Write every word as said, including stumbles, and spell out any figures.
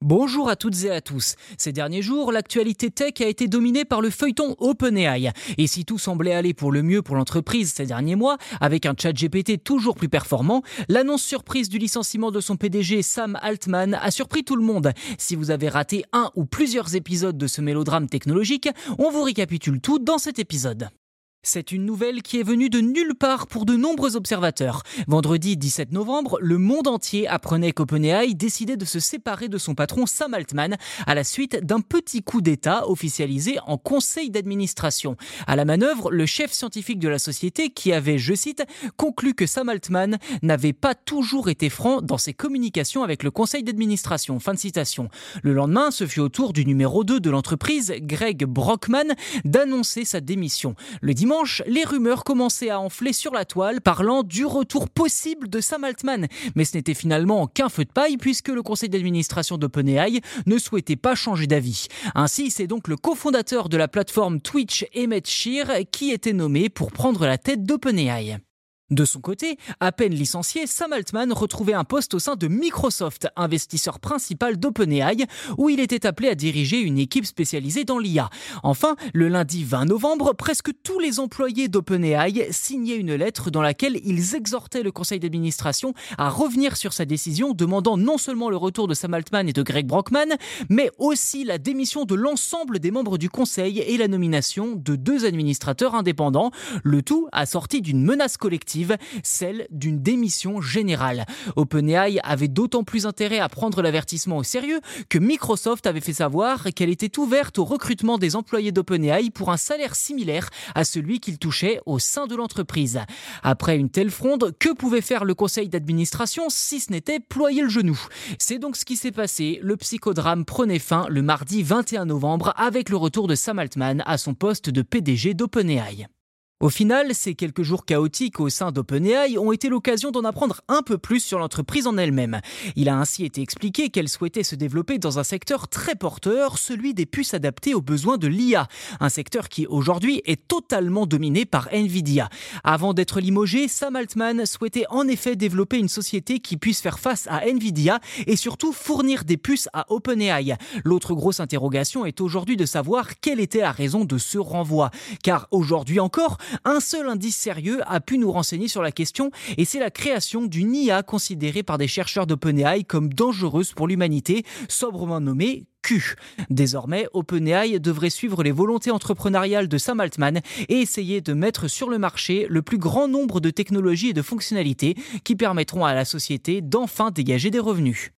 Bonjour à toutes et à tous. Ces derniers jours, l'actualité tech a été dominée par le feuilleton OpenAI. Et si tout semblait aller pour le mieux pour l'entreprise ces derniers mois, avec un chat G P T toujours plus performant, l'annonce surprise du licenciement de son P D G Sam Altman a surpris tout le monde. Si vous avez raté un ou plusieurs épisodes de ce mélodrame technologique, on vous récapitule tout dans cet épisode. C'est une nouvelle qui est venue de nulle part pour de nombreux observateurs. Vendredi dix-sept novembre, le monde entier apprenait qu'OpenAI décidait de se séparer de son patron Sam Altman à la suite d'un petit coup d'État officialisé en conseil d'administration. À la manœuvre, le chef scientifique de la société qui avait, je cite, conclu que Sam Altman n'avait pas toujours été franc dans ses communications avec le conseil d'administration. Fin de citation. Le lendemain, ce fut au tour du numéro deux de l'entreprise, Greg Brockman, d'annoncer sa démission. Le dimanche, les rumeurs commençaient à enfler sur la toile, parlant du retour possible de Sam Altman. Mais ce n'était finalement qu'un feu de paille puisque le conseil d'administration d'OpenAI ne souhaitait pas changer d'avis. Ainsi, c'est donc le cofondateur de la plateforme Twitch, Emmett Shear, qui était nommé pour prendre la tête d'OpenAI. De son côté, à peine licencié, Sam Altman retrouvait un poste au sein de Microsoft, investisseur principal d'OpenAI, où il était appelé à diriger une équipe spécialisée dans l'I A. Enfin, le lundi vingt novembre, presque tous les employés d'OpenAI signaient une lettre dans laquelle ils exhortaient le conseil d'administration à revenir sur sa décision, demandant non seulement le retour de Sam Altman et de Greg Brockman, mais aussi la démission de l'ensemble des membres du conseil et la nomination de deux administrateurs indépendants, le tout assorti d'une menace collective, celle d'une démission générale. OpenAI avait d'autant plus intérêt à prendre l'avertissement au sérieux que Microsoft avait fait savoir qu'elle était ouverte au recrutement des employés d'OpenAI pour un salaire similaire à celui qu'ils touchaient au sein de l'entreprise. Après une telle fronde, que pouvait faire le conseil d'administration si ce n'était ployer le genou? C'est donc ce qui s'est passé. Le psychodrame prenait fin le mardi vingt et un novembre avec le retour de Sam Altman à son poste de P D G d'OpenAI. Au final, ces quelques jours chaotiques au sein d'OpenAI ont été l'occasion d'en apprendre un peu plus sur l'entreprise en elle-même. Il a ainsi été expliqué qu'elle souhaitait se développer dans un secteur très porteur, celui des puces adaptées aux besoins de l'I A, un secteur qui aujourd'hui est totalement dominé par Nvidia. Avant d'être limogé, Sam Altman souhaitait en effet développer une société qui puisse faire face à Nvidia et surtout fournir des puces à OpenAI. L'autre grosse interrogation est aujourd'hui de savoir quelle était la raison de ce renvoi. Car aujourd'hui encore, un seul indice sérieux a pu nous renseigner sur la question et c'est la création d'une I A considérée par des chercheurs d'OpenAI comme dangereuse pour l'humanité, sobrement nommée Q. Désormais, OpenAI devrait suivre les volontés entrepreneuriales de Sam Altman et essayer de mettre sur le marché le plus grand nombre de technologies et de fonctionnalités qui permettront à la société d'enfin dégager des revenus.